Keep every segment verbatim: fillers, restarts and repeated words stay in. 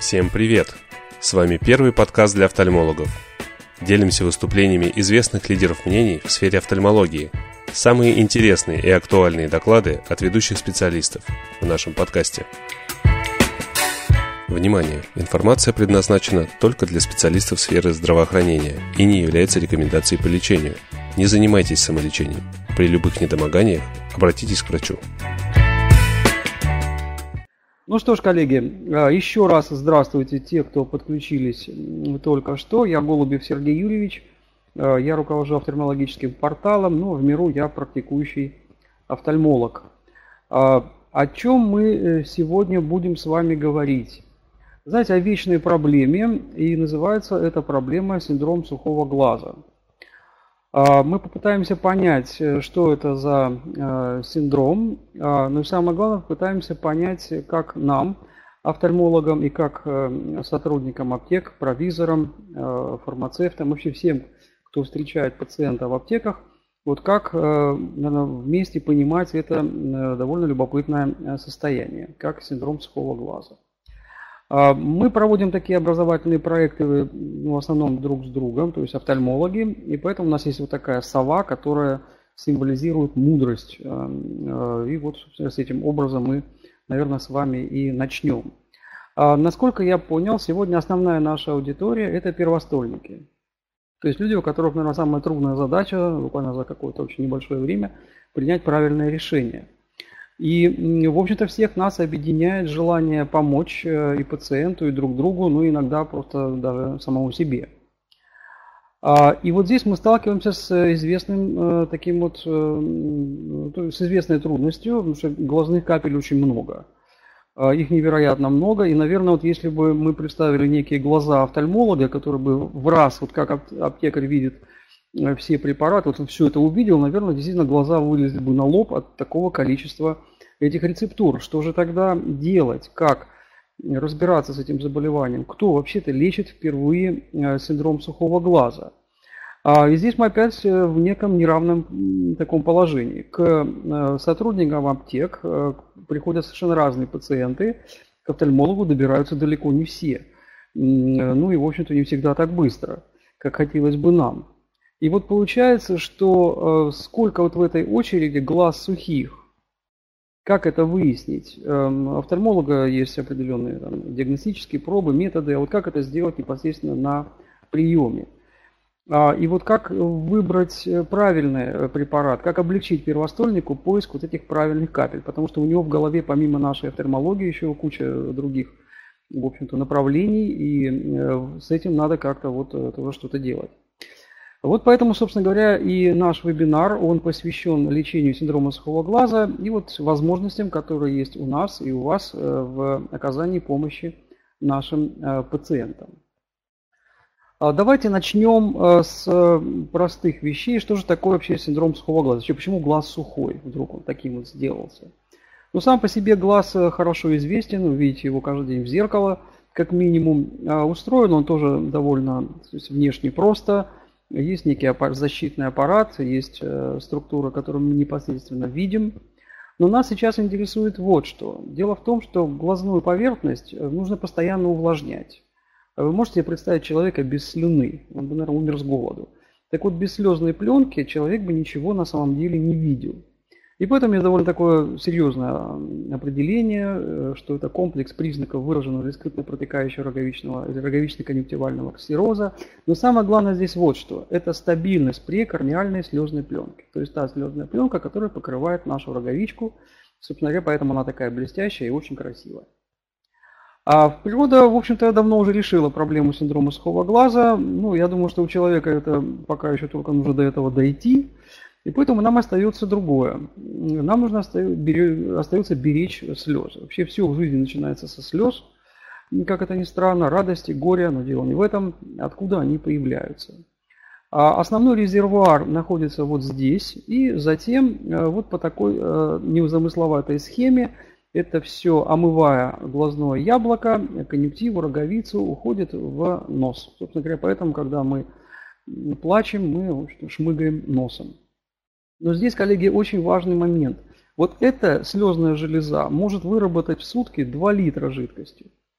Всем привет! С вами первый подкаст для офтальмологов. Делимся выступлениями известных лидеров мнений в сфере офтальмологии. Самые интересные и актуальные доклады от ведущих специалистов в нашем подкасте. Внимание! Информация предназначена только для специалистов сферы здравоохранения и не является рекомендацией по лечению. Не занимайтесь самолечением. При любых недомоганиях обратитесь к врачу. Ну что ж, коллеги, еще раз здравствуйте те, кто подключились только что. Я Голубев Сергей Юрьевич, я руковожу офтальмологическим порталом, но в миру я практикующий офтальмолог. О чем мы сегодня будем с вами говорить? Знаете, о вечной проблеме, и называется эта проблема синдром сухого глаза. Мы попытаемся понять, что это за синдром, но и самое главное, попытаемся понять, как нам, офтальмологам и как сотрудникам аптек, провизорам, фармацевтам, вообще всем, кто встречает пациента в аптеках, вот как наверное, вместе понимать это довольно любопытное состояние, как синдром сухого глаза. Мы проводим такие образовательные проекты ну, в основном друг с другом, то есть офтальмологи, и поэтому у нас есть вот такая сова, которая символизирует мудрость. И вот, собственно, с этим образом мы, наверное, с вами и начнем. Насколько я понял, сегодня основная наша аудитория – это первостольники. То есть люди, у которых, наверное, самая трудная задача, буквально за какое-то очень небольшое время, принять правильное решение. И, в общем-то, всех нас объединяет желание помочь и пациенту, и друг другу, ну, иногда просто даже самому себе. И вот здесь мы сталкиваемся с известным таким вот, с известной трудностью, потому что глазных капель очень много. Их невероятно много, и, наверное, вот если бы мы представили некие глаза офтальмолога, который бы в раз, вот как аптекарь видит все препараты, вот он все это увидел, наверное, действительно глаза вылезли бы на лоб от такого количества этих рецептур. Что же тогда делать? Как разбираться с этим заболеванием? Кто вообще-то лечит впервые синдром сухого глаза? И здесь мы опять в неком неравном таком положении. К сотрудникам аптек приходят совершенно разные пациенты, к офтальмологу добираются далеко не все. Ну и, в общем-то, не всегда так быстро, как хотелось бы нам. И вот получается, что э, сколько вот в этой очереди глаз сухих, как это выяснить? Э, офтальмолога есть определенные там, диагностические пробы, методы, а вот как это сделать непосредственно на приеме? А, и вот как выбрать правильный препарат, как облегчить первостольнику поиск вот этих правильных капель, потому что у него в голове помимо нашей офтальмологии еще куча других, в общем-то, направлений, и э, с этим надо как-то вот тоже что-то делать. Вот поэтому, собственно говоря, и наш вебинар, он посвящен лечению синдрома сухого глаза и вот возможностям, которые есть у нас и у вас в оказании помощи нашим пациентам. Давайте начнем с простых вещей. Что же такое вообще синдром сухого глаза? Почему глаз сухой вдруг он таким вот сделался? Ну, сам по себе глаз хорошо известен, вы видите его каждый день в зеркало, как минимум. Устроен он тоже довольно то есть внешне просто. Есть некий защитный аппарат, есть структура, которую мы непосредственно видим. Но нас сейчас интересует вот что. Дело в том, что глазную поверхность нужно постоянно увлажнять. Вы можете себе представить человека без слюны, он бы, наверное, умер с голоду. Так вот, без слезной пленки человек бы ничего на самом деле не видел. И поэтому есть довольно такое серьезное определение, что это комплекс признаков выраженного или скрытно протекающего роговичного или роговично-конъюнктивального склероза. Но самое главное здесь вот что. Это стабильность прекорниальной слезной пленки. То есть та слезная пленка, которая покрывает нашу роговичку. Собственно говоря, поэтому она такая блестящая и очень красивая. А природа, в общем-то, давно уже решила проблему синдрома сухого глаза. Ну, я думаю, что у человека это пока еще только нужно до этого дойти. И поэтому нам остается другое. Нам нужно остается беречь слезы. Вообще все в жизни начинается со слез. Как это ни странно, радости, горя, но дело не в этом, откуда они появляются. А основной резервуар находится вот здесь. И затем вот по такой незамысловатой схеме это все, омывая глазное яблоко, конъюнктиву, роговицу, уходит в нос. Собственно говоря, поэтому, когда мы плачем, мы в общем, шмыгаем носом. Но здесь, коллеги, очень важный момент. Вот эта слезная железа может выработать в сутки два литра жидкости.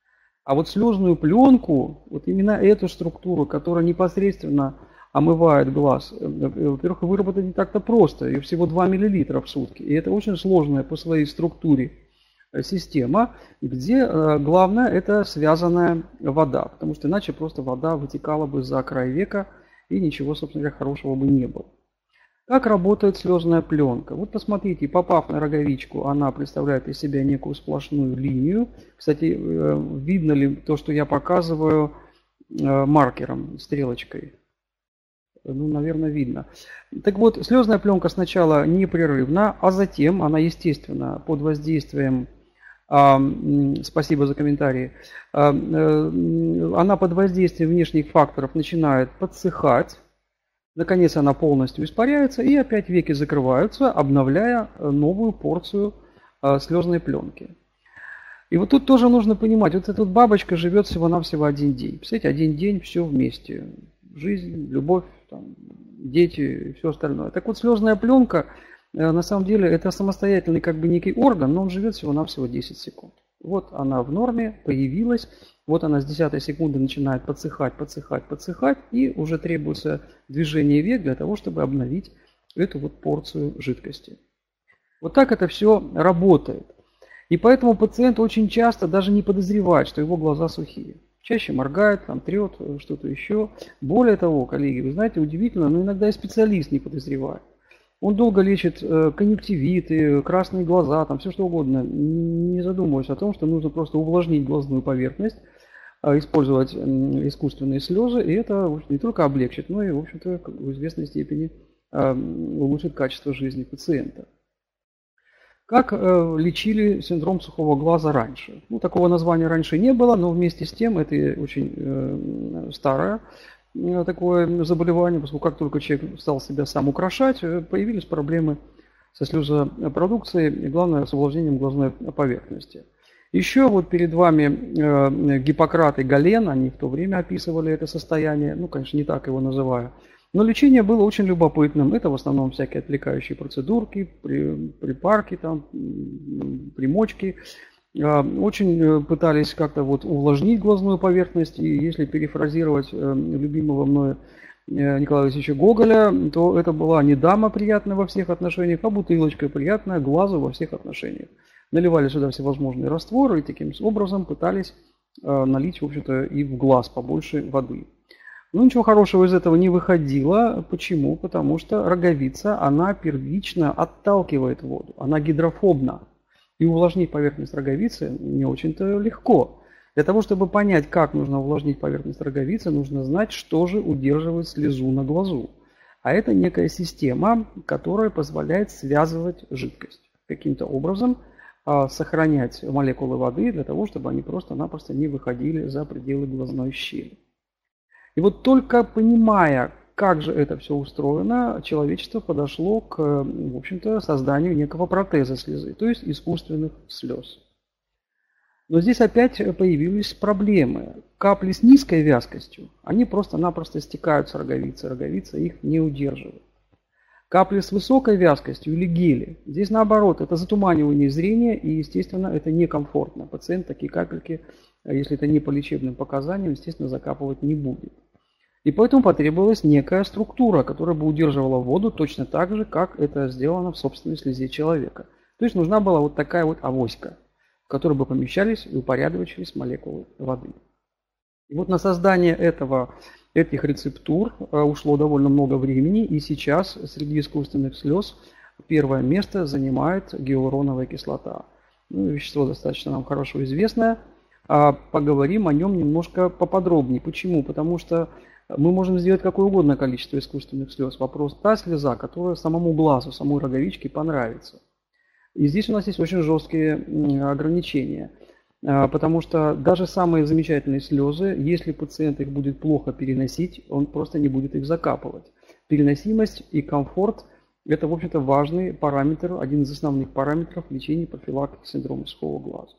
А вот слезную пленку, вот именно эту структуру, которая непосредственно омывает глаз, во-первых, выработать не так-то просто, ее всего два миллилитра в сутки. И это очень сложная по своей структуре система, где главное это связанная вода, потому что иначе просто вода вытекала бы за край века и ничего, собственно говоря, хорошего бы не было. Как работает слезная пленка? Вот посмотрите, попав на роговичку, она представляет из себя некую сплошную линию. Кстати, видно ли то, что я показываю маркером, стрелочкой? Ну, наверное, видно. Так вот, слезная пленка сначала непрерывна, а затем она, естественно, под воздействием, а, спасибо за комментарии, а, она под воздействием внешних факторов начинает подсыхать. Наконец она полностью испаряется, и опять веки закрываются, обновляя новую порцию а, слезной пленки. И вот тут тоже нужно понимать, вот эта вот бабочка живет всего-навсего один день. Представляете, один день все вместе. Жизнь, любовь, там, дети и все остальное. Так вот, слезная пленка, на самом деле, это самостоятельный как бы некий орган, но он живет всего-навсего десять секунд. Вот она в норме, появилась, вот она с десятой секунды начинает подсыхать, подсыхать, подсыхать, и уже требуется движение век для того, чтобы обновить эту вот порцию жидкости. Вот так это все работает. И поэтому пациент очень часто даже не подозревает, что его глаза сухие. Чаще моргает, там, трет, что-то еще. Более того, коллеги, вы знаете, удивительно, но иногда и специалист не подозревает. Он долго лечит конъюнктивиты, красные глаза, там все что угодно, не задумываясь о том, что нужно просто увлажнить глазную поверхность, использовать искусственные слезы, и это не только облегчит, но и, в общем-то, в известной степени улучшит качество жизни пациента. Как э, лечили синдром сухого глаза раньше? Ну, такого названия раньше не было, но вместе с тем это очень э, старое э, такое заболевание, поскольку как только человек стал себя сам украшать, появились проблемы со слезопродукцией и, главное, с увлажнением глазной поверхности. Еще вот перед вами э, Гиппократ и Гален, они в то время описывали это состояние, ну, конечно, не так его называю. Но лечение было очень любопытным. Это в основном всякие отвлекающие процедурки, припарки, там, примочки. Очень пытались как-то вот увлажнить глазную поверхность. И если перефразировать любимого мной Николая Васильевича Гоголя, то это была не дама приятная во всех отношениях, а бутылочка приятная глазу во всех отношениях. Наливали сюда всевозможные растворы и таким образом пытались налить, в общем-то, и в глаз побольше воды. Но ничего хорошего из этого не выходило. Почему? Потому что роговица, она первично отталкивает воду. Она гидрофобна. И увлажнить поверхность роговицы не очень-то легко. Для того, чтобы понять, как нужно увлажнить поверхность роговицы, нужно знать, что же удерживает слезу на глазу. А это некая система, которая позволяет связывать жидкость. Каким-то образом сохранять молекулы воды для того, чтобы они просто-напросто не выходили за пределы глазной щели. И вот только понимая, как же это все устроено, человечество подошло к, в общем-то, созданию некого протеза слезы, то есть искусственных слез. Но здесь опять появились проблемы. Капли с низкой вязкостью, они просто-напросто стекают с роговицы, роговица их не удерживает. Капли с высокой вязкостью или гели, здесь наоборот, это затуманивание зрения, и, естественно, это некомфортно. Пациент такие капельки, если это не по лечебным показаниям, естественно, закапывать не будет. И поэтому потребовалась некая структура, которая бы удерживала воду точно так же, как это сделано в собственной слезе человека. То есть нужна была вот такая вот авоська, в которой бы помещались и упорядочились молекулы воды. И вот на создание этого, этих рецептур ушло довольно много времени, и сейчас среди искусственных слез первое место занимает гиалуроновая кислота. Ну, вещество достаточно нам хорошо известное. А поговорим о нем немножко поподробнее. Почему? Потому что мы можем сделать какое угодно количество искусственных слез. Вопрос та слеза, которая самому глазу, самой роговичке понравится. И здесь у нас есть очень жесткие ограничения. Потому что даже самые замечательные слезы, если пациент их будет плохо переносить, он просто не будет их закапывать. Переносимость и комфорт – это, в общем-то, важный параметр, один из основных параметров лечения и профилактики синдрома сухого глаза.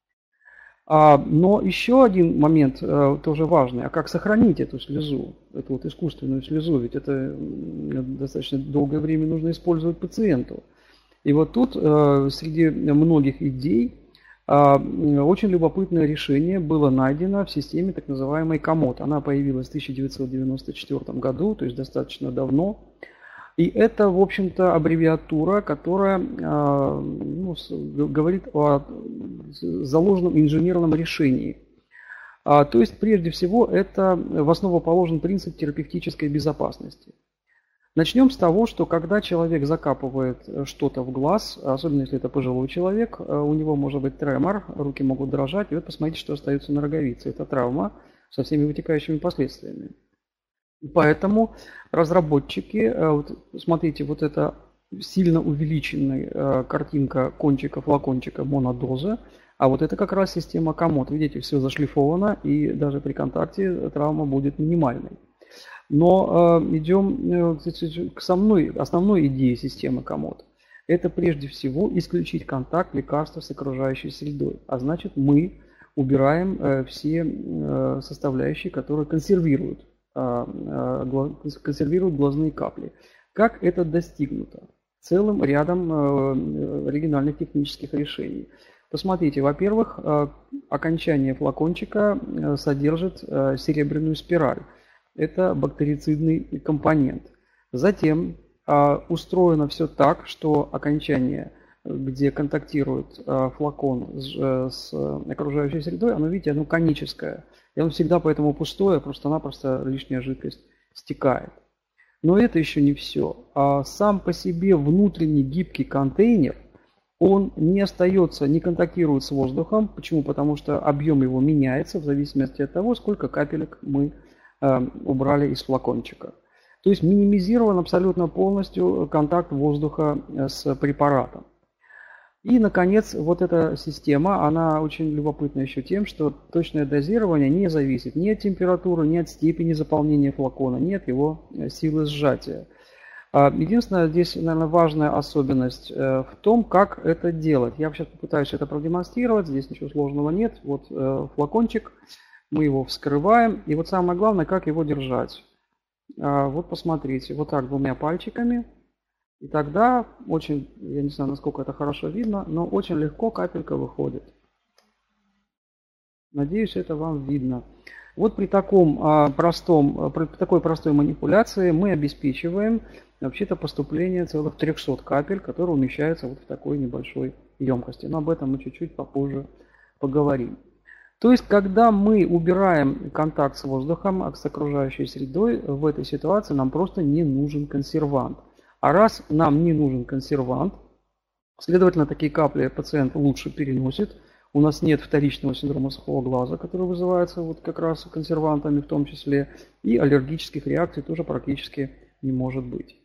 Но еще один момент тоже важный, а как сохранить эту слезу, эту вот искусственную слезу, ведь это достаточно долгое время нужно использовать пациенту. И вот тут среди многих идей Очень любопытное решение было найдено в системе так называемой комод. Она появилась в тысяча девятьсот девяносто четвёртом году, то есть достаточно давно. И это, в общем-то, аббревиатура, которая ну, говорит о заложенном инженерном решении. То есть, прежде всего, это в основу положен принцип терапевтической безопасности. Начнем с того, что когда человек закапывает что-то в глаз, особенно если это пожилой человек, у него может быть тремор, руки могут дрожать, и вот посмотрите, что остается на роговице. Это травма со всеми вытекающими последствиями. Поэтому разработчики, вот, смотрите, вот эта сильно увеличенная картинка кончика флакончика монодоза, а вот это как раз система комод. Видите, все зашлифовано, и даже при контакте травма будет минимальной. Но э, идем э, к основной, основной идее системы комод. Это прежде всего исключить контакт лекарства с окружающей средой. А значит, мы убираем э, все э, составляющие, которые консервируют, э, э, консервируют глазные капли. Как это достигнуто? Целым рядом э, оригинальных технических решений. Посмотрите, во-первых, э, окончание флакончика э, содержит э, серебряную спираль. Это бактерицидный компонент. Затем э, устроено все так, что окончание, где контактирует э, флакон с, э, с окружающей средой, оно, видите, оно коническое. И оно всегда поэтому пустое, просто-напросто лишняя жидкость стекает. Но это еще не все. А сам по себе внутренний гибкий контейнер, он не остается, не контактирует с воздухом. Почему? Потому что объем его меняется в зависимости от того, сколько капелек мы убрали из флакончика. То есть минимизирован абсолютно полностью контакт воздуха с препаратом. И, наконец, вот эта система, она очень любопытна еще тем, что точное дозирование не зависит ни от температуры, ни от степени заполнения флакона, ни от его силы сжатия. Единственная здесь, наверное, важная особенность в том, как это делать. Я сейчас попытаюсь это продемонстрировать, здесь ничего сложного нет. Вот флакончик. Мы его вскрываем. И вот самое главное, как его держать. Вот посмотрите, вот так двумя пальчиками. И тогда очень, я не знаю, насколько это хорошо видно, но очень легко капелька выходит. Надеюсь, это вам видно. Вот при таком простом, при такой простой манипуляции мы обеспечиваем вообще-то поступление целых трёхсот капель, которые умещаются вот в такой небольшой емкости. Но об этом мы чуть-чуть попозже поговорим. То есть, когда мы убираем контакт с воздухом, с окружающей средой, в этой ситуации нам просто не нужен консервант. А раз нам не нужен консервант, следовательно, такие капли пациент лучше переносит. У нас нет вторичного синдрома сухого глаза, который вызывается вот как раз консервантами в том числе, и аллергических реакций тоже практически не может быть.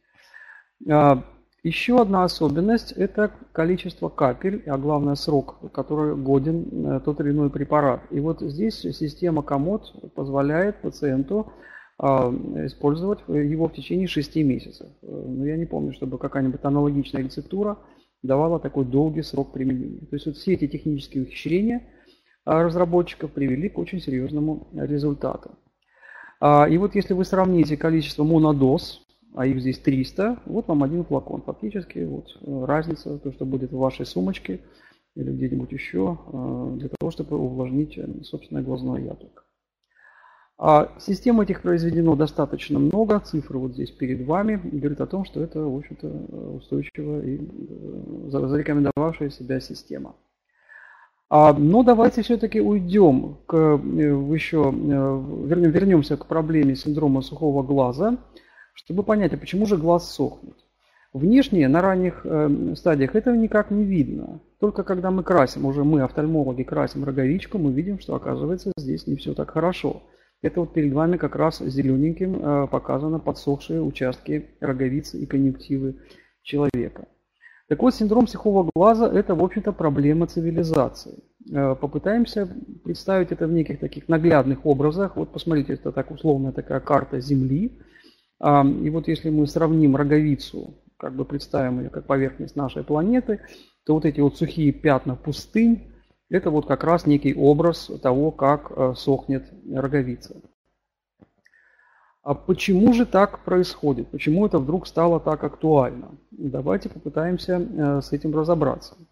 Еще одна особенность – это количество капель, а главное срок, который годен тот или иной препарат. И вот здесь система комод позволяет пациенту использовать его в течение шести месяцев. Но я не помню, чтобы какая-нибудь аналогичная рецептура давала такой долгий срок применения. То есть вот все эти технические ухищрения разработчиков привели к очень серьезному результату. И вот если вы сравните количество монодоз, а их здесь триста, вот вам один флакон. Фактически вот разница, то, что будет в вашей сумочке или где-нибудь еще, для того, чтобы увлажнить собственное глазное яблоко. А систем этих произведено достаточно много, цифры вот здесь перед вами, говорят о том, что это, в общем-то, устойчивая и зарекомендовавшая себя система. Но давайте все-таки уйдем к еще, вернемся к проблеме синдрома сухого глаза, чтобы понять, а почему же глаз сохнет. Внешне, на ранних э, стадиях этого никак не видно. Только когда мы красим, уже мы, офтальмологи, красим роговичку, мы видим, что оказывается здесь не все так хорошо. Это вот перед вами как раз зелененьким э, показано подсохшие участки роговицы и конъюнктивы человека. Так вот, синдром сухого глаза – это, в общем-то, проблема цивилизации. Э, попытаемся представить это в неких таких наглядных образах. Вот посмотрите, это так условная такая карта Земли. И вот если мы сравним роговицу, как бы представим ее как поверхность нашей планеты, то вот эти вот сухие пятна пустынь, это вот как раз некий образ того, как сохнет роговица. А почему же так происходит? Почему это вдруг стало так актуально? Давайте попытаемся с этим разобраться.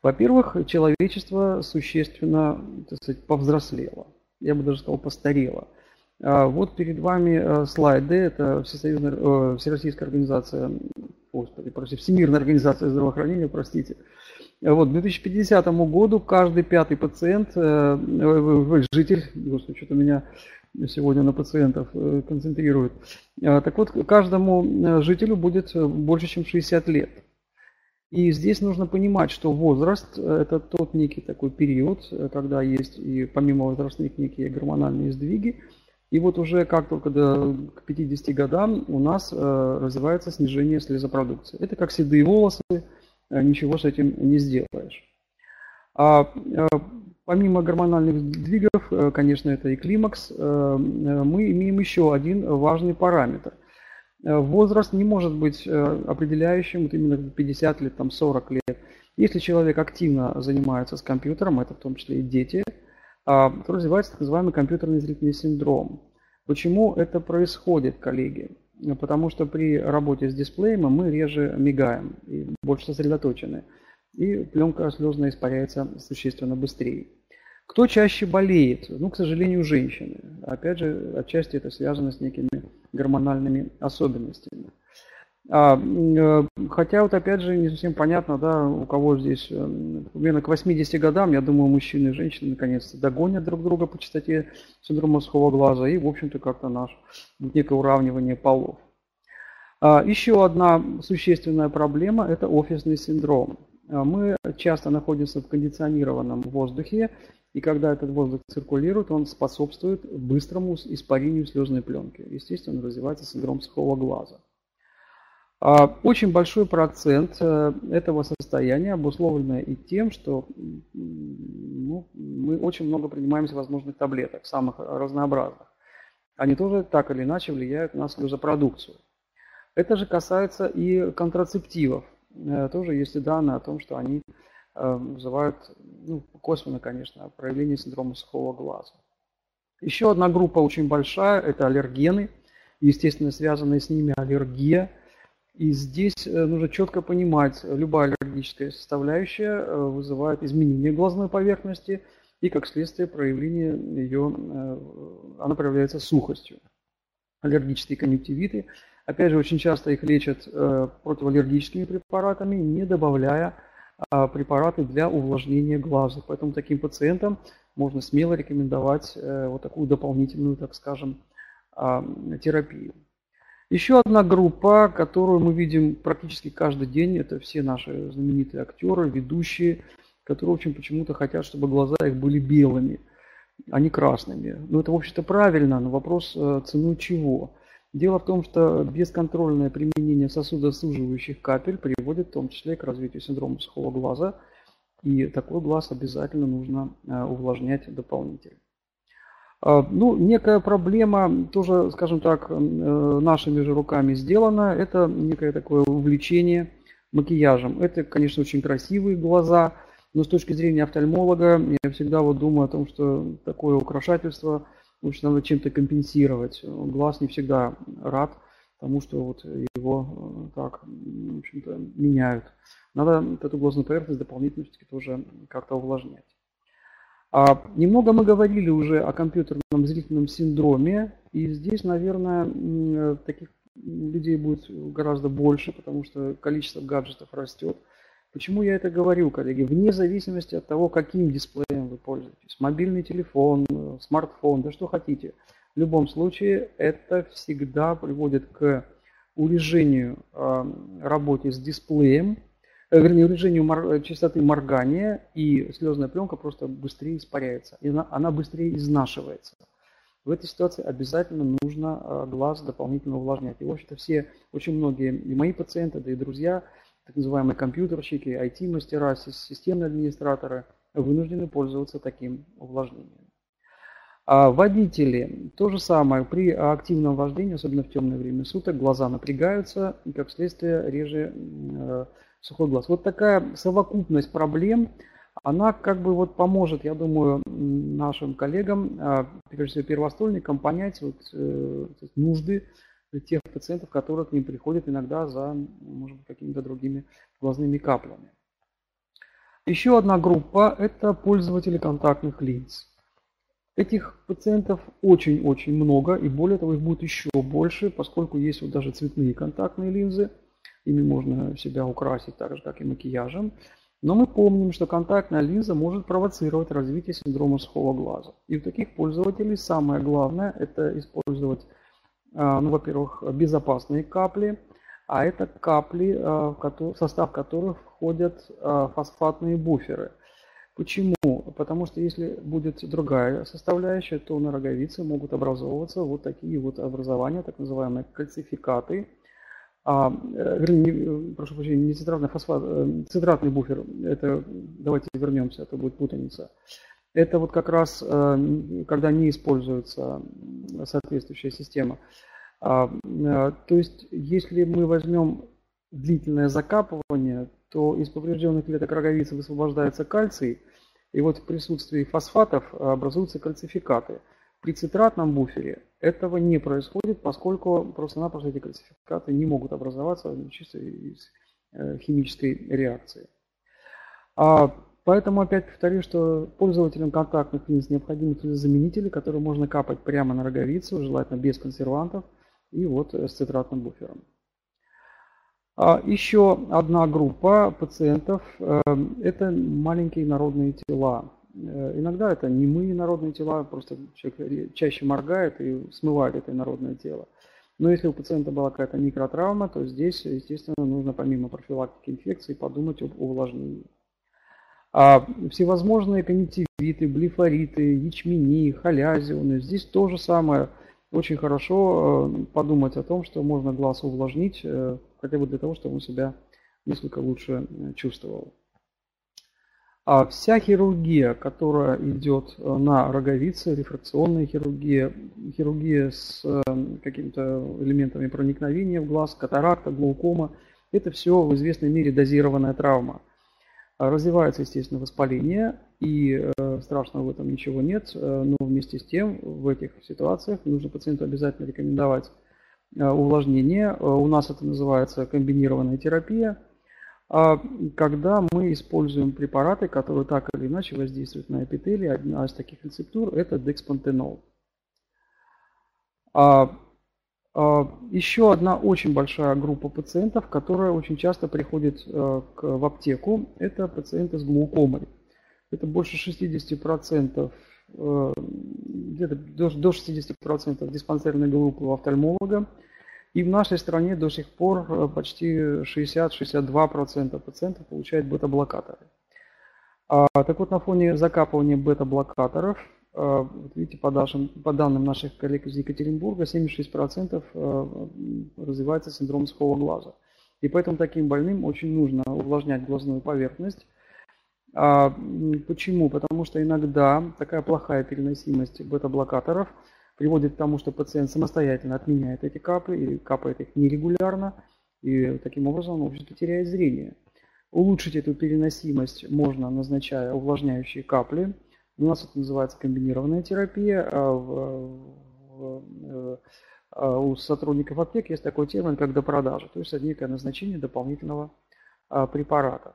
Во-первых, человечество существенно, так сказать, повзрослело. Я бы даже сказал, постарело. Вот перед вами слайды. Это Всесоюзная, Всероссийская организация, господи, простите, Всемирная организация здравоохранения, простите. Вот, к две тысячи пятидесятому году каждый пятый пациент, житель, господи, что-то меня сегодня на пациентов концентрирует. Так вот, каждому жителю будет больше, чем шестьдесят лет. И здесь нужно понимать, что возраст – это тот некий такой период, когда есть и помимо возрастных некие гормональные сдвиги. И вот уже как только до, к пятидесяти годам у нас развивается снижение слезопродукции. Это как седые волосы, ничего с этим не сделаешь. А помимо гормональных сдвигов, конечно, это и климакс, мы имеем еще один важный параметр. Возраст не может быть определяющим вот именно пятьдесят лет, там сорок лет. Если человек активно занимается с компьютером, это в том числе и дети, то развивается так называемый компьютерный зрительный синдром. Почему это происходит, коллеги? Потому что при работе с дисплеем мы реже мигаем и больше сосредоточены. И пленка слезная испаряется существенно быстрее. Кто чаще болеет? Ну, к сожалению, женщины. Опять же, отчасти это связано с некими гормональными особенностями. А, хотя вот опять же не совсем понятно, да, у кого здесь примерно к восьмидесяти годам, я думаю, мужчины и женщины наконец-то догонят друг друга по частоте синдрома сухого глаза и, в общем-то, как-то наш некое уравнивание полов. А, еще одна существенная проблема – это офисный синдром. Мы часто находимся в кондиционированном воздухе, и когда этот воздух циркулирует, он способствует быстрому испарению слезной пленки. Естественно, развивается синдром сухого глаза. Очень большой процент этого состояния обусловлено и тем, что ну, мы очень много принимаем всевозможных таблеток, самых разнообразных. Они тоже так или иначе влияют на слезопродукцию. Это же касается и контрацептивов. Тоже есть и данные о том, что они вызывают, ну, косвенно, конечно, проявление синдрома сухого глаза. Еще одна группа очень большая – это аллергены, естественно, связанная с ними аллергия. И здесь нужно четко понимать, любая аллергическая составляющая вызывает изменение глазной поверхности и, как следствие, проявление ее, она проявляется сухостью. Аллергические конъюнктивиты, опять же, очень часто их лечат противоаллергическими препаратами, не добавляя препараты для увлажнения глаза. Поэтому таким пациентам можно смело рекомендовать вот такую дополнительную, так скажем, терапию. Еще одна группа, которую мы видим практически каждый день, это все наши знаменитые актеры, ведущие, которые очень почему-то хотят, чтобы глаза их были белыми, а не красными. Ну, это, в общем-то, правильно, но вопрос ценой чего? Дело в том, что бесконтрольное применение сосудосуживающих капель приводит в том числе к развитию синдрома сухого глаза, и такой глаз обязательно нужно увлажнять дополнительно. Ну, некая проблема, тоже, скажем так, нашими же руками сделана, это некое такое увлечение макияжем. Это, конечно, очень красивые глаза, но с точки зрения офтальмолога я всегда вот думаю о том, что такое украшательство, в общем, надо чем-то компенсировать. Глаз не всегда рад тому, что вот его так, в общем-то, меняют. Надо эту глазную поверхность дополнительно тоже как-то увлажнять. А немного мы говорили уже о компьютерном зрительном синдроме, и здесь, наверное, таких людей будет гораздо больше, потому что количество гаджетов растет. Почему я это говорю, коллеги? Вне зависимости от того, каким дисплеем вы пользуетесь, мобильный телефон, смартфон, да что хотите. В любом случае, это всегда приводит к урежению работы с дисплеем, вернее, урежению частоты моргания, и слезная пленка просто быстрее испаряется, и она, она быстрее изнашивается. В этой ситуации обязательно нужно глаз дополнительно увлажнять. И, в общем-то, все, очень многие, и мои пациенты, да и друзья, так называемые компьютерщики, ай ти-мастера, системные администраторы, вынуждены пользоваться таким увлажнением. А водители, то же самое, при активном вождении, особенно в темное время суток, глаза напрягаются, и, как следствие, реже э, сухой глаз. Вот такая совокупность проблем, она как бы вот поможет, я думаю, нашим коллегам, прежде всего первоствольникам, понять вот, э, нужды тех пациентов, которые к ним приходят иногда за, может быть, какими-то другими глазными каплями. Еще одна группа – это пользователи контактных линз. Этих пациентов очень-очень много, и более того, их будет еще больше, поскольку есть вот даже цветные контактные линзы. Ими можно себя украсить так же, как и макияжем. Но мы помним, что контактная линза может провоцировать развитие синдрома сухого глаза. И у таких пользователей самое главное – это использовать, ну, во-первых, безопасные капли, а это капли, в состав которых входят фосфатные буферы. Почему? Потому что если будет другая составляющая, то на роговице могут образовываться вот такие вот образования, так называемые кальцификаты. А, вернее, прошу прощения, не цитратный фосфат, цитратный буфер, это, давайте вернемся, это будет путаница. Это вот как раз, когда не используется соответствующая система. А, то есть, если мы возьмем длительное закапывание, то из поврежденных клеток роговицы высвобождается кальций, и вот в присутствии фосфатов образуются кальцификаты. При цитратном буфере этого не происходит, поскольку просто-напросто эти кальцификаты не могут образоваться чисто из химической реакции. А поэтому опять повторю, что пользователям контактных линз необходимы слезозаменители, которые можно капать прямо на роговицу, желательно без консервантов, и вот с цитратным буфером. Еще одна группа пациентов – это маленькие народные тела. Иногда это немые народные тела, просто человек чаще моргает и смывает это народное тело. Но если у пациента была какая-то микротравма, то здесь, естественно, нужно помимо профилактики инфекции подумать об увлажнении. А всевозможные конъюнктивиты, блефориты, ячмени, холязионы – здесь то же самое. Очень хорошо подумать о том, что можно глаз увлажнить, хотя бы для того, чтобы он себя несколько лучше чувствовал. А вся хирургия, которая идет на роговице, рефракционная хирургия, хирургия с какими-то элементами проникновения в глаз, катаракта, глаукома, это все в известной мере дозированная травма. Развивается, естественно, воспаление, и э, страшного в этом ничего нет, э, но вместе с тем в этих ситуациях нужно пациенту обязательно рекомендовать э, увлажнение. Э, у нас это называется комбинированная терапия, э, когда мы используем препараты, которые так или иначе воздействуют на эпителий. Одна из таких рецептур – это декспантенол. А, Еще одна очень большая группа пациентов, которая очень часто приходит в аптеку, это пациенты с глаукомой. Это больше шестьдесят процентов, где-то до шестидесяти процентов диспансерной группы у офтальмолога. И в нашей стране до сих пор почти шестьдесят — шестьдесят два процента пациентов получают бета-блокаторы. Так вот, на фоне закапывания бета-блокаторов, видите, по, нашим, по данным наших коллег из Екатеринбурга, семьдесят шесть процентов развивается синдром сухого глаза. И поэтому таким больным очень нужно увлажнять глазную поверхность. Почему? Потому что иногда такая плохая переносимость бета-блокаторов приводит к тому, что пациент самостоятельно отменяет эти капли и капает их нерегулярно, и таким образом он, в общем-то, теряет зрение. Улучшить эту переносимость можно, назначая увлажняющие капли. У нас это называется комбинированная терапия. В, в, в, у сотрудников аптек есть такой термин, как допродажа, то есть некое назначение дополнительного препарата.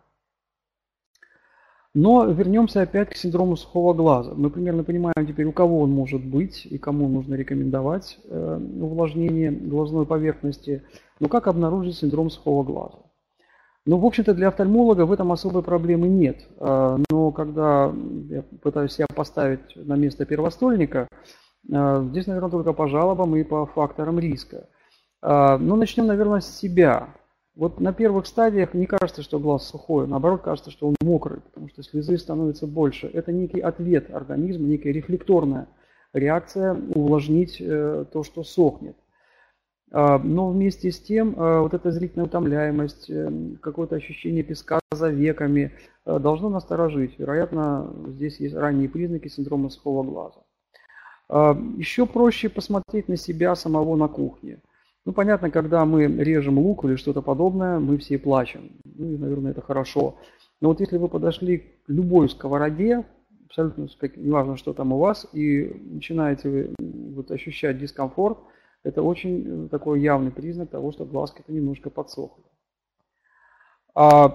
Но вернемся опять к синдрому сухого глаза. Мы примерно понимаем теперь, у кого он может быть и кому нужно рекомендовать увлажнение глазной поверхности. Но как обнаружить синдром сухого глаза? Ну, в общем-то, для офтальмолога в этом особой проблемы нет. Но когда я пытаюсь себя поставить на место первостольника, здесь, наверное, только по жалобам и по факторам риска. Но начнем, наверное, с себя. Вот на первых стадиях не кажется, что глаз сухой, наоборот, кажется, что он мокрый, потому что слезы становится больше. Это некий ответ организма, некая рефлекторная реакция увлажнить то, что сохнет. Но вместе с тем, вот эта зрительная утомляемость, какое-то ощущение песка за веками должно насторожить. Вероятно, здесь есть ранние признаки синдрома сухого глаза. Еще проще посмотреть на себя самого на кухне. Ну, понятно, когда мы режем лук или что-то подобное, мы все плачем. Ну, и, наверное, это хорошо. Но вот если вы подошли к любой сковороде, абсолютно неважно, что там у вас, и начинаете вы вот ощущать дискомфорт, это очень такой явный признак того, что глазки-то немножко подсохли. А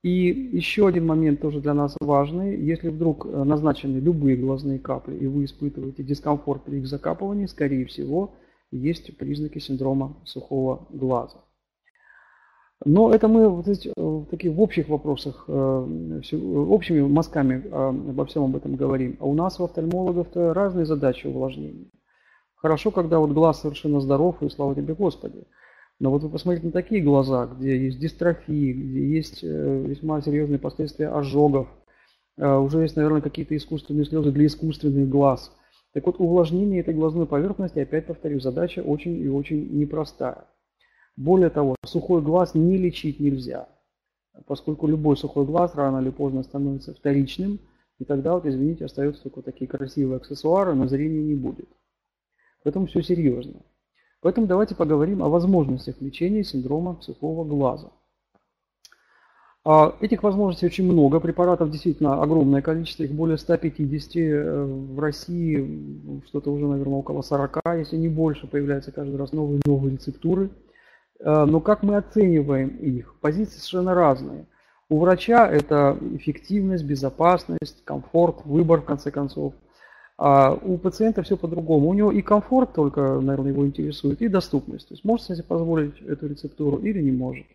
И еще один момент тоже для нас важный. Если вдруг назначены любые глазные капли, и вы испытываете дискомфорт при их закапывании, скорее всего, есть признаки синдрома сухого глаза. Но это мы вот эти, такие в общих вопросах, общими мазками обо всем об этом говорим. А у нас у офтальмологов-то разные задачи увлажнения. Хорошо, когда вот глаз совершенно здоров, и слава тебе Господи. Но вот вы посмотрите на такие глаза, где есть дистрофии, где есть весьма серьезные последствия ожогов, уже есть, наверное, какие-то искусственные слезы для искусственных глаз. Так вот, увлажнение этой глазной поверхности, опять повторю, задача очень и очень непростая. Более того, сухой глаз не лечить нельзя, поскольку любой сухой глаз рано или поздно становится вторичным, и тогда, вот, извините, остаются только такие красивые аксессуары, но зрения не будет. Поэтому все серьезно. Поэтому давайте поговорим о возможностях лечения синдрома сухого глаза. Этих возможностей очень много, препаратов действительно огромное количество, их более ста пятидесяти, в России что-то уже, наверное, около сорока, если не больше, появляются каждый раз новые и новые рецептуры. Но как мы оцениваем их? Позиции совершенно разные. У врача это эффективность, безопасность, комфорт, выбор, в конце концов. А у пациента все по-другому. У него и комфорт только, наверное, его интересует, и доступность. То есть может себе позволить эту рецептуру или не может.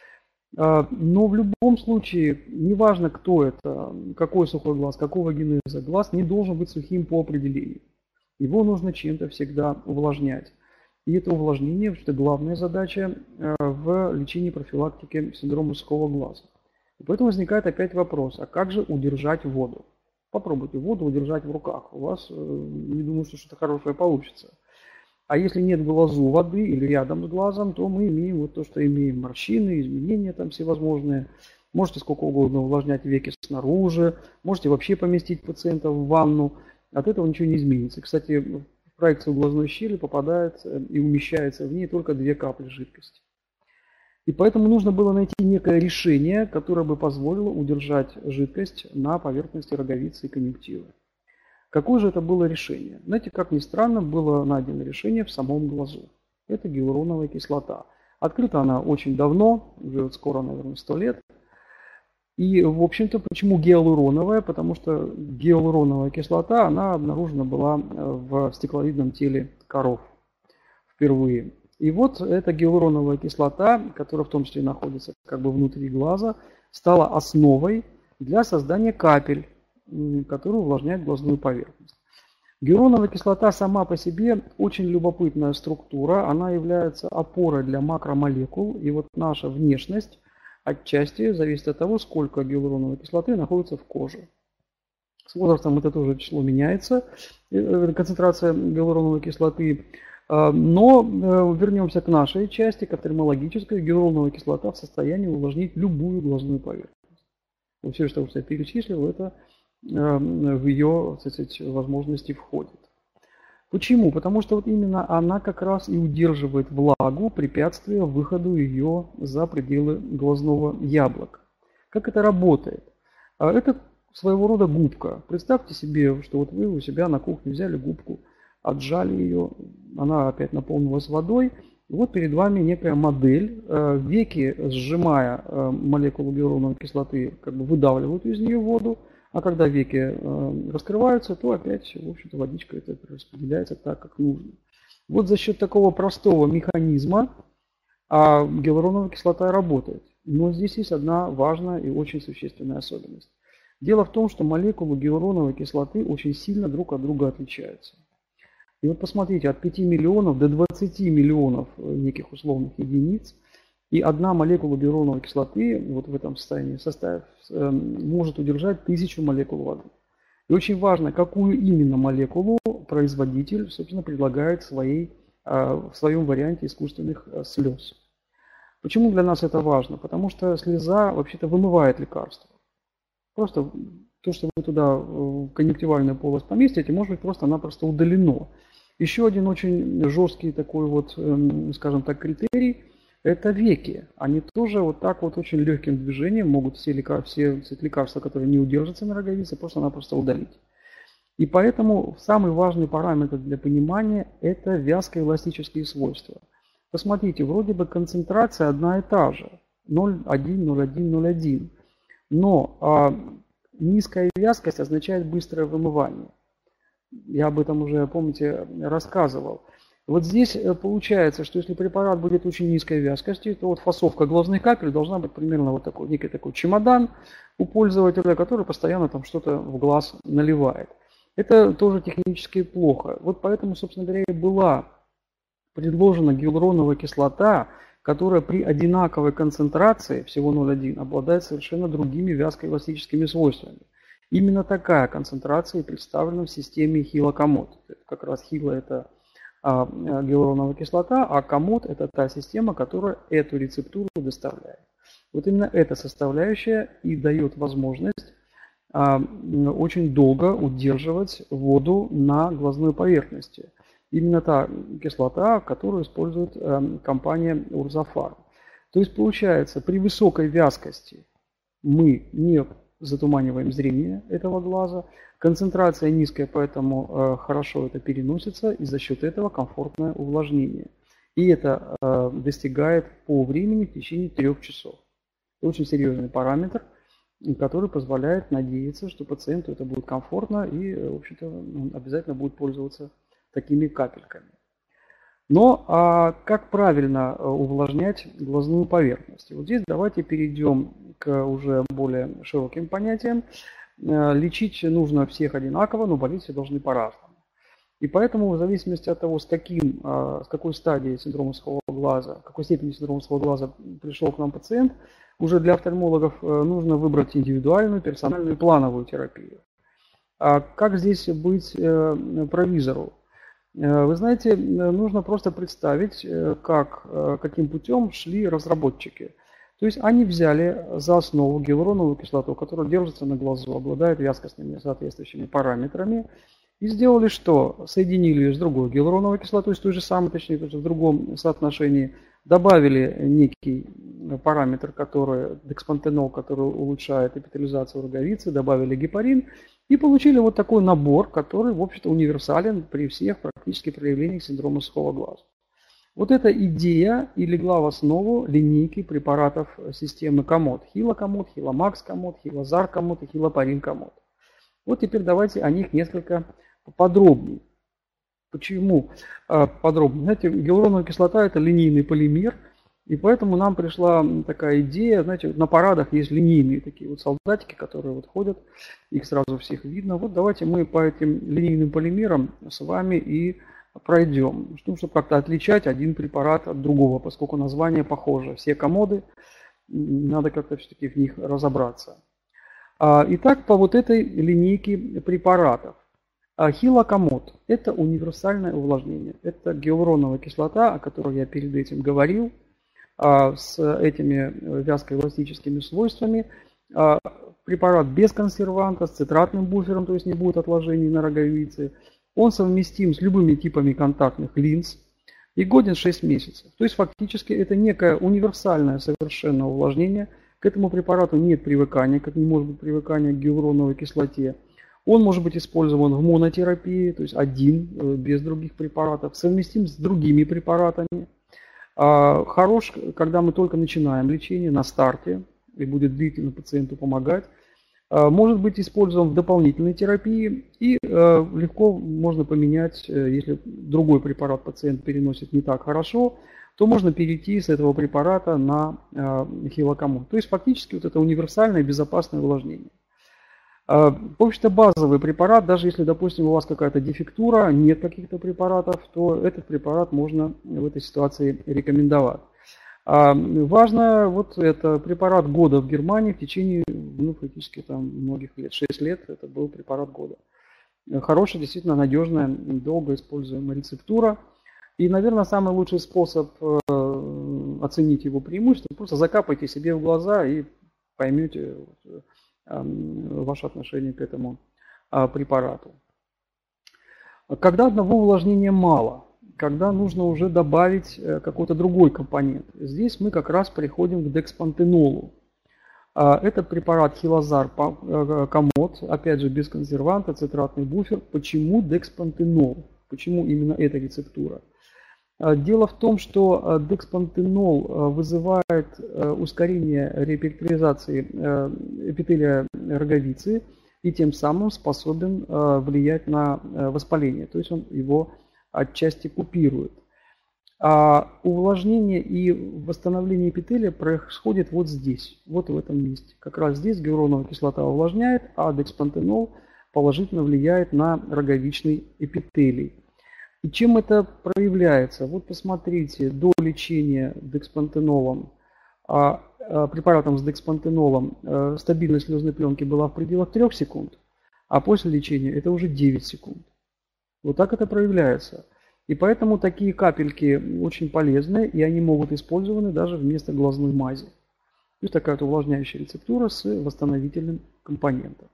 Но в любом случае, неважно, кто это, какой сухой глаз, какого генеза, глаз не должен быть сухим по определению. Его нужно чем-то всегда увлажнять. И это увлажнение, это главная задача в лечении профилактики синдрома сухого глаза. И поэтому возникает опять вопрос, а как же удержать воду? Попробуйте воду удержать в руках, у вас, не думаю, что что-то хорошее получится. А если нет в глазу воды или рядом с глазом, то мы имеем вот то, что имеем: морщины, изменения там всевозможные. Можете сколько угодно увлажнять веки снаружи, можете вообще поместить пациента в ванну, от этого ничего не изменится. Кстати, в проекцию глазной щели попадает и умещается в ней только две капли жидкости. И поэтому нужно было найти некое решение, которое бы позволило удержать жидкость на поверхности роговицы и конъюнктивы. Какое же это было решение? Знаете, как ни странно, было найдено решение в самом глазу. Это гиалуроновая кислота. Открыта она очень давно, уже скоро, наверное, сто лет. И, в общем-то, почему гиалуроновая? Потому что гиалуроновая кислота, она обнаружена была в стекловидном теле коров впервые. И вот эта гиалуроновая кислота, которая в том числе находится как бы внутри глаза, стала основой для создания капель, которые увлажняют глазную поверхность. Гиалуроновая кислота сама по себе очень любопытная структура, она является опорой для макромолекул, и вот наша внешность отчасти зависит от того, сколько гиалуроновой кислоты находится в коже. С возрастом это тоже число меняется, концентрация гиалуроновой кислоты. Но вернемся к нашей части, к офтальмологической. Гиалуроновая кислота в состоянии увлажнить любую глазную поверхность. Все, что я перечислил, это в ее, так сказать, возможности входит. Почему? Потому что вот именно она как раз и удерживает влагу, препятствуя выходу ее за пределы глазного яблока. Как это работает? Это своего рода губка. Представьте себе, что вот вы у себя на кухне взяли губку, отжали ее, она опять наполнилась водой. И вот перед вами некая модель. Веки, сжимая молекулу гиалуроновой кислоты, как бы выдавливают из нее воду. А когда веки раскрываются, то опять, в общем-то, водичка это распределяется так, как нужно. Вот за счет такого простого механизма а гиалуроновая кислота работает. Но здесь есть одна важная и очень существенная особенность. Дело в том, что молекулы гиалуроновой кислоты очень сильно друг от друга отличаются. И вот посмотрите, от пяти миллионов до двадцати миллионов неких условных единиц, и одна молекула гиалуроновой кислоты вот в этом состоянии состав, э, может удержать тысячу молекул воды. И очень важно, какую именно молекулу производитель, собственно, предлагает в, своей, э, в своем варианте искусственных э, слез. Почему для нас это важно? Потому что слеза вообще-то вымывает лекарство. Просто то, что вы туда в конъюнктивальную полость поместите, может быть просто-напросто удалено. Еще один очень жесткий такой вот, скажем так, критерий – это веки. Они тоже вот так вот очень легким движением могут все, лекар... все лекарства, которые не удержатся на роговице, просто-напросто удалить. И поэтому самый важный параметр для понимания – это вязкоэластические свойства. Посмотрите, вроде бы концентрация одна и та же – ноль целых одна десятая, ноль целых одна десятая. Но а, низкая вязкость означает быстрое вымывание. Я об этом уже, помните, рассказывал. Вот здесь получается, что если препарат будет очень низкой вязкости, то вот фасовка глазных капель должна быть примерно вот такой, некий такой чемодан у пользователя, который постоянно там что-то в глаз наливает. Это тоже технически плохо. Вот поэтому, собственно говоря, и была предложена гиалуроновая кислота, которая при одинаковой концентрации, всего ноль целых одна десятая, обладает совершенно другими вязкоэластическими свойствами. Именно такая концентрация представлена в системе хила-комод. Как раз хила это а, гиалуроновая кислота, а комод это та система, которая эту рецептуру доставляет. Вот именно эта составляющая и дает возможность а, очень долго удерживать воду на глазной поверхности. Именно та кислота, которую использует а, компания Урзафарм. То есть получается, при высокой вязкости мы не затуманиваем зрение этого глаза. Концентрация низкая, поэтому э, хорошо это переносится, и за счет этого комфортное увлажнение. И это э, достигает по времени в течение трех часов. Это очень серьезный параметр, который позволяет надеяться, что пациенту это будет комфортно и, в общем-то, он обязательно будет пользоваться такими капельками. Но а как правильно увлажнять глазную поверхность? Вот здесь давайте перейдем к уже более широким понятиям. Лечить нужно всех одинаково, но болеть все должны по-разному. И поэтому в зависимости от того, с, каким, с какой стадией синдрома сухого глаза, в какой степени синдрома сухого глаза пришел к нам пациент, уже для офтальмологов нужно выбрать индивидуальную, персональную, плановую терапию. А как здесь быть провизору? Вы знаете, нужно просто представить, как, каким путем шли разработчики. То есть они взяли за основу гиалуроновую кислоту, которая держится на глазу, обладает вязкостными соответствующими параметрами, и сделали что? Соединили ее с другой гиалуроновой кислотой, с той же самой, точнее, в другом соотношении, добавили некий параметр, который, декспантенол, который улучшает эпителизацию роговицы, добавили гепарин, и получили вот такой набор, который, в общем-то, универсален при всех практически проявлениях синдрома сухого глаза. Вот эта идея и легла в основу линейки препаратов системы комод. Хила-комод, хила-макс-комод, хила-зар-комод и хила-парин-комод. Вот теперь давайте о них несколько подробнее. Почему подробнее? Знаете, гиалуроновая кислота это линейный полимер. И поэтому нам пришла такая идея, знаете, на парадах есть линейные такие вот солдатики, которые вот ходят, их сразу всех видно. Вот давайте мы по этим линейным полимерам с вами и пройдем, чтобы как-то отличать один препарат от другого, поскольку название похоже. Все комоды, надо как-то все-таки в них разобраться. Итак, по вот этой линейке препаратов. Хила-комод – это универсальное увлажнение. Это гиалуроновая кислота, о которой я перед этим говорил, с этими вязкоэластическими свойствами. Препарат без консерванта, с цитратным буфером, то есть не будет отложений на роговице. Он совместим с любыми типами контактных линз и годен шесть месяцев. То есть фактически это некое универсальное совершенно увлажнение. К этому препарату нет привыкания, как не может быть привыкания к гиалуроновой кислоте. Он может быть использован в монотерапии, то есть один, без других препаратов, совместим с другими препаратами. Хорош, когда мы только начинаем лечение на старте и будет длительно пациенту помогать. Может быть использован в дополнительной терапии и легко можно поменять, если другой препарат пациент переносит не так хорошо, то можно перейти с этого препарата на хила-комод. То есть фактически вот это универсальное безопасное увлажнение. В общем-то базовый препарат, даже если, допустим, у вас какая-то дефектура, нет каких-то препаратов, то этот препарат можно в этой ситуации рекомендовать. А важно, вот это препарат года в Германии в течение, ну, фактически там многих лет, шесть лет это был препарат года. Хорошая, действительно надежная, долго используемая рецептура. И, наверное, самый лучший способ оценить его преимущество, просто закапайте себе в глаза и поймете ваше отношение к этому препарату. Когда одного увлажнения мало, когда нужно уже добавить какой-то другой компонент, здесь мы как раз приходим к декспантенолу. Это препарат хилозар-комод, опять же без консерванта, цитратный буфер. Почему декспантенол? Почему именно эта рецептура? Дело в том, что декспантенол вызывает ускорение репикторизации эпителия роговицы и тем самым способен влиять на воспаление, то есть он его отчасти купирует. А увлажнение и восстановление эпителия происходит вот здесь, вот в этом месте. Как раз здесь гиалуроновая кислота увлажняет, а декспантенол положительно влияет на роговичный эпителий. И чем это проявляется? Вот посмотрите, до лечения декспантенолом, а, а, препаратом с декспантенолом а, стабильность слезной пленки была в пределах трёх секунд, а после лечения это уже девять секунд. Вот так это проявляется. И поэтому такие капельки очень полезны, и они могут использованы даже вместо глазной мази. То есть такая вот увлажняющая рецептура с восстановительным компонентом.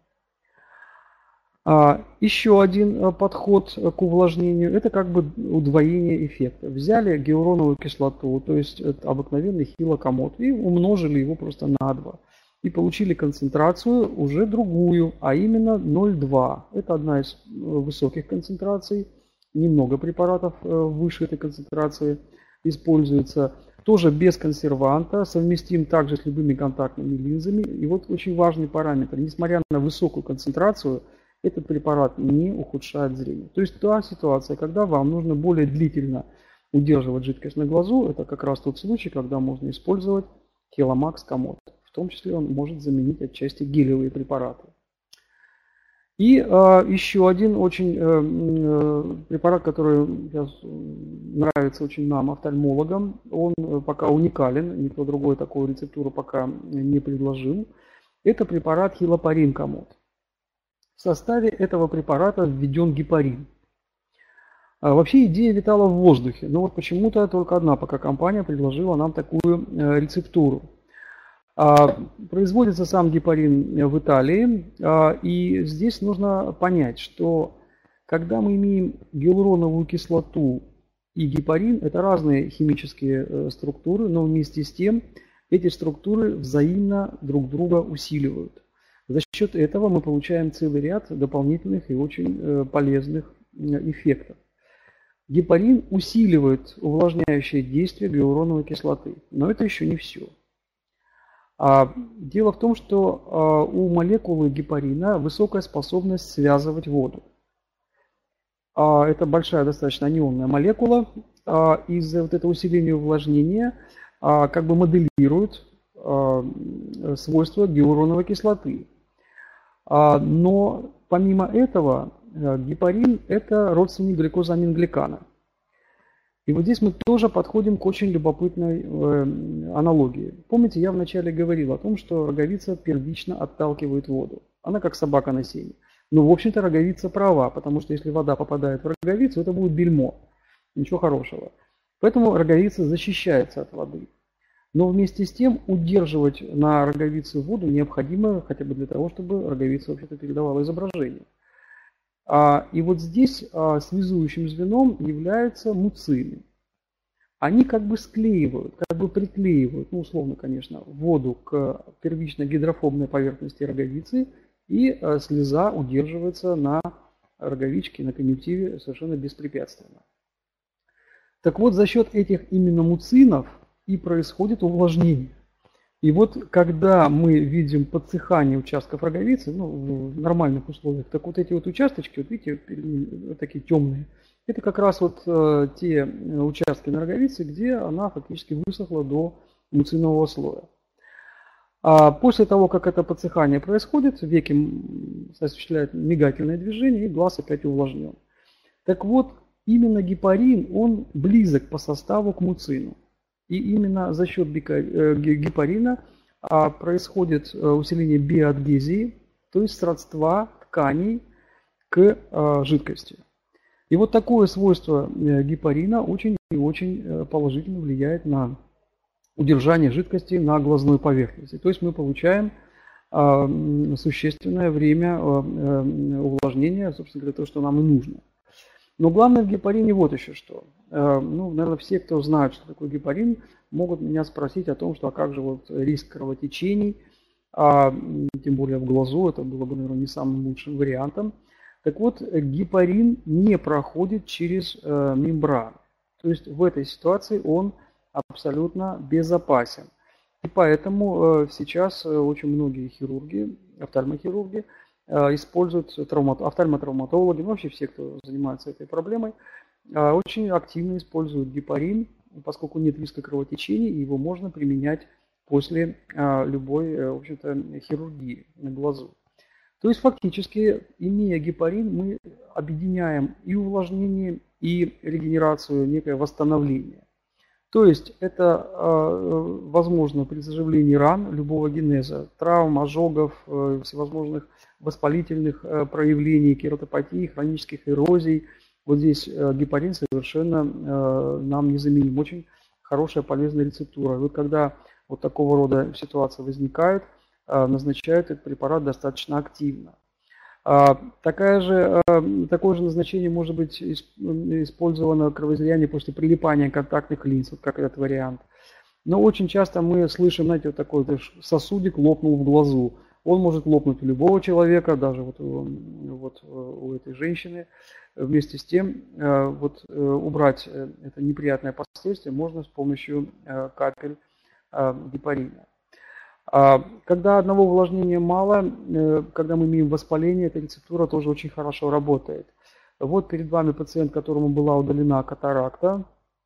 Еще один подход к увлажнению – это как бы удвоение эффекта. Взяли гиалуроновую кислоту, то есть обыкновенный хилокомод, и умножили его просто на два. И получили концентрацию уже другую, а именно ноль целых два. Это одна из высоких концентраций. Немного препаратов выше этой концентрации используется. Тоже без консерванта, совместим также с любыми контактными линзами. И вот очень важный параметр. Несмотря на высокую концентрацию, этот препарат не ухудшает зрение. То есть та ситуация, когда вам нужно более длительно удерживать жидкость на глазу, это как раз тот случай, когда можно использовать Хеломакс Комод. В том числе он может заменить отчасти гелевые препараты. И э, еще один очень э, препарат, который сейчас нравится очень нам, офтальмологам, он пока уникален, никто другой такую рецептуру пока не предложил. Это препарат Хилопарин Комод. В составе этого препарата введен гепарин. А вообще идея витала в воздухе, но вот почему-то только одна пока компания предложила нам такую э, рецептуру. А, производится сам гепарин в Италии, а, и здесь нужно понять, что когда мы имеем гиалуроновую кислоту и гепарин, это разные химические э, структуры, но вместе с тем эти структуры взаимно друг друга усиливают. За счет этого мы получаем целый ряд дополнительных и очень полезных эффектов. Гепарин усиливает увлажняющее действие гиалуроновой кислоты, но это еще не все. Дело в том, что у молекулы гепарина высокая способность связывать воду. Это большая достаточно анионная молекула, и из-за вот этого усиления увлажнения как бы моделирует свойства гиалуроновой кислоты. Но помимо этого гепарин – это родственник гликозамингликана. И вот здесь мы тоже подходим к очень любопытной аналогии. Помните, я вначале говорил о том, что роговица первично отталкивает воду. Она как собака на сене. Но, в общем-то, роговица права, потому что если вода попадает в роговицу, это будет бельмо. Ничего хорошего. Поэтому роговица защищается от воды. Но вместе с тем удерживать на роговице воду необходимо хотя бы для того, чтобы роговица вообще-то передавала изображение. И вот здесь связующим звеном являются муцины. Они как бы склеивают, как бы приклеивают, ну условно, конечно, воду к первично гидрофобной поверхности роговицы, и слеза удерживается на роговичке, на конъюнктиве совершенно беспрепятственно. Так вот, за счет этих именно муцинов и происходит увлажнение. И вот когда мы видим подсыхание участков роговицы, ну, в нормальных условиях, так вот эти вот участочки, вот видите, такие темные, это как раз вот э, те участки на роговице, где она фактически высохла до муцинового слоя. А после того, как это подсыхание происходит, веки осуществляют мигательное движение, и глаз опять увлажнен. Так вот, именно гепарин, он близок по составу к муцину. И именно за счет гепарина происходит усиление биоадгезии, то есть сродства тканей к жидкости. И вот такое свойство гепарина очень и очень положительно влияет на удержание жидкости на глазной поверхности. То есть мы получаем существенное время увлажнения, собственно говоря, то, что нам и нужно. Но главное в гепарине вот еще что. Ну, наверное, все, кто знают, что такое гепарин, могут меня спросить о том, что а как же вот риск кровотечений, а, тем более в глазу, это было бы, наверное, не самым лучшим вариантом. Так вот, гепарин не проходит через э, мембрану. То есть в этой ситуации он абсолютно безопасен. И поэтому сейчас очень многие хирурги, офтальмохирурги, используют, травмат, офтальмотравматологи, ну, вообще все, кто занимается этой проблемой, очень активно используют гепарин, поскольку нет риска кровотечения, и его можно применять после любой, в общем-то, хирургии на глазу. То есть фактически, имея гепарин, мы объединяем и увлажнение, и регенерацию, некое восстановление. То есть это э, возможно при заживлении ран любого генеза, травм, ожогов, э, всевозможных воспалительных э, проявлений, кератопатии, хронических эрозий. Вот здесь э, гепарин совершенно э, нам незаменим. Очень хорошая, полезная рецептура. И вот когда вот такого рода ситуации возникают, э, назначают этот препарат достаточно активно. Такая же, такое же назначение может быть использовано кровоизлияние после прилипания контактных линз, вот как этот вариант. Но очень часто мы слышим, знаете, вот такой сосудик лопнул в глазу. Он может лопнуть у любого человека, даже вот, вот у этой женщины. Вместе с тем, вот убрать это неприятное последствие можно с помощью капель гепарина. Когда одного увлажнения мало, когда мы имеем воспаление, эта рецептура тоже очень хорошо работает. Вот перед вами пациент, которому была удалена катаракта.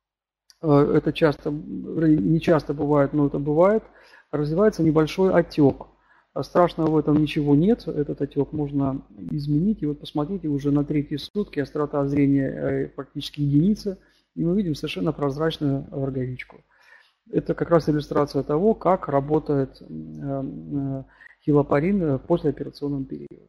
Это часто, не часто бывает, но это бывает. Развивается небольшой отек. Страшного в этом ничего нет. Этот отек можно изменить. И вот посмотрите, уже на третьи сутки острота зрения практически единица. И мы видим совершенно прозрачную роговичку. Это как раз иллюстрация того, как работает хилопарин в послеоперационном периоде.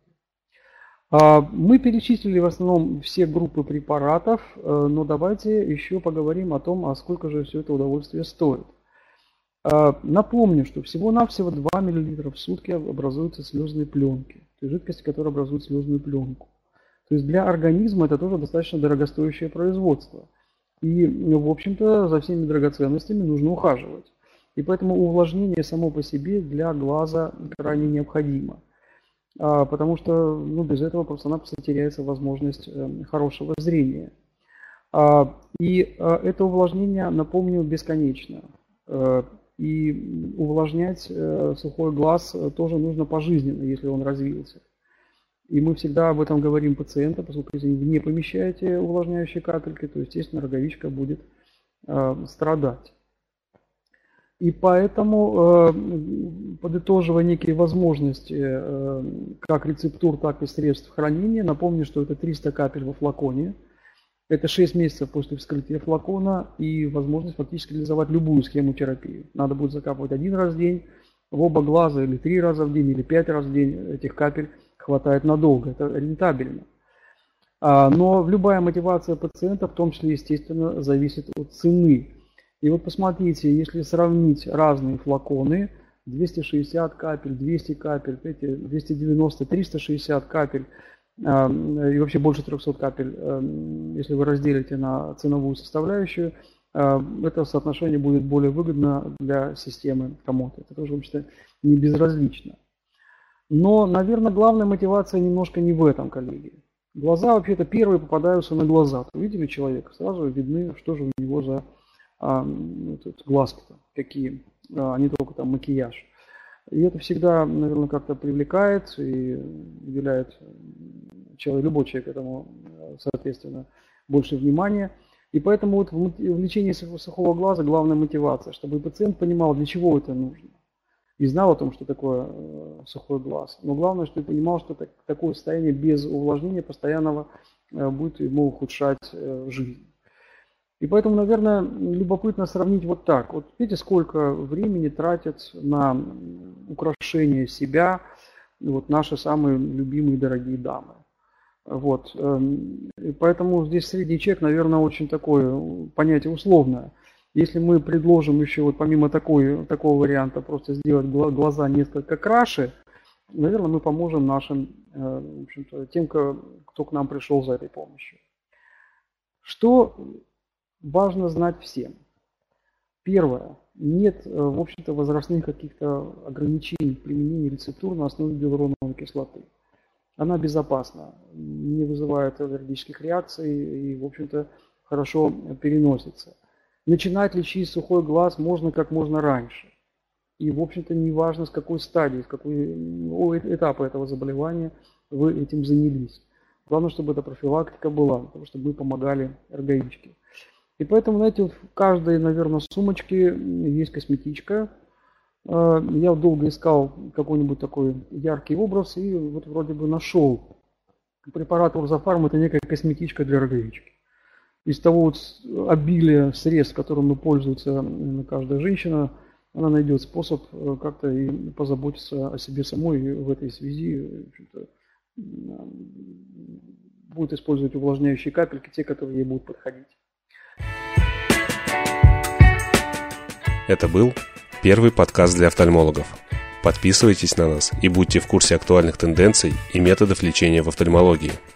Мы перечислили в основном все группы препаратов, но давайте еще поговорим о том, а сколько же все это удовольствие стоит. Напомню, что всего-навсего два миллилитра в сутки образуются слезные пленки, то есть жидкости, которые образуют слезную пленку. То есть для организма это тоже достаточно дорогостоящее производство. И, в общем-то, за всеми драгоценностями нужно ухаживать. И поэтому увлажнение само по себе для глаза крайне необходимо. А, потому что ну, без этого просто-напросто теряется возможность э, хорошего зрения. А, и а, это увлажнение, напомню, бесконечно. А, и увлажнять э, сухой глаз тоже нужно пожизненно, если он развился. И мы всегда об этом говорим пациенту, поскольку если вы не помещаете увлажняющие капельки, то, естественно, роговичка будет э, страдать. И поэтому, э, подытоживая некие возможности э, как рецептур, так и средств хранения, напомню, что это триста капель во флаконе, это шесть месяцев после вскрытия флакона и возможность фактически реализовать любую схему терапии. Надо будет закапывать один раз в день, в оба глаза, или три раза в день, или пять раз в день этих капель хватает надолго, это рентабельно. Но любая мотивация пациента, в том числе, естественно, зависит от цены. И вот посмотрите, если сравнить разные флаконы, двести шестьдесят капель, двести капель, двести девяносто, триста шестьдесят капель и вообще больше трехсот капель, если вы разделите на ценовую составляющую, это соотношение будет более выгодно для системы кому-то. Это тоже, в общем-то, не безразлично. Но, наверное, главная мотивация немножко не в этом, коллеги. Глаза вообще-то первые попадаются на глаза. Увидели человека, сразу видны, что же у него за а, глазки-то, какие, а не только там макияж. И это всегда, наверное, как-то привлекает и уделяет человек, любой человек этому, соответственно, больше внимания. И поэтому вот в лечении сухого глаза главная мотивация, чтобы пациент понимал, для чего это нужно. И знал о том, что такое э, сухой глаз. Но главное, что я понимал, что так, такое состояние без увлажнения постоянного э, будет ему ухудшать э, жизнь. И поэтому, наверное, любопытно сравнить вот так. Вот видите, сколько времени тратят на украшение себя вот наши самые любимые дорогие дамы. Вот. И поэтому здесь средний чек, наверное, очень такое понятие условное. Если мы предложим еще, вот помимо такой, такого варианта, просто сделать глаза несколько краше, наверное, мы поможем нашим, в общем-то, тем, кто к нам пришел за этой помощью. Что важно знать всем? Первое. Нет, в общем-то, возрастных каких-то ограничений в применении рецептур на основе гиалуроновой кислоты. Она безопасна, не вызывает аллергических реакций и, в общем-то, хорошо переносится. Начинать лечить сухой глаз можно как можно раньше. И, в общем-то, не важно, с какой стадии, с какой этапа этого заболевания вы этим занялись. Главное, чтобы эта профилактика была, потому что мы помогали роговичке. И поэтому, знаете, вот в каждой, наверное, сумочке есть косметичка. Я долго искал какой-нибудь такой яркий образ и вот вроде бы нашел. Препарат Урзафарм – это некая косметичка для роговички. Из того вот обилия средств, которыми пользуется каждая женщина, она найдет способ как-то и позаботиться о себе самой, и в этой связи будет использовать увлажняющие капельки, те, которые ей будут подходить. Это был первый подкаст для офтальмологов. Подписывайтесь на нас и будьте в курсе актуальных тенденций и методов лечения в офтальмологии.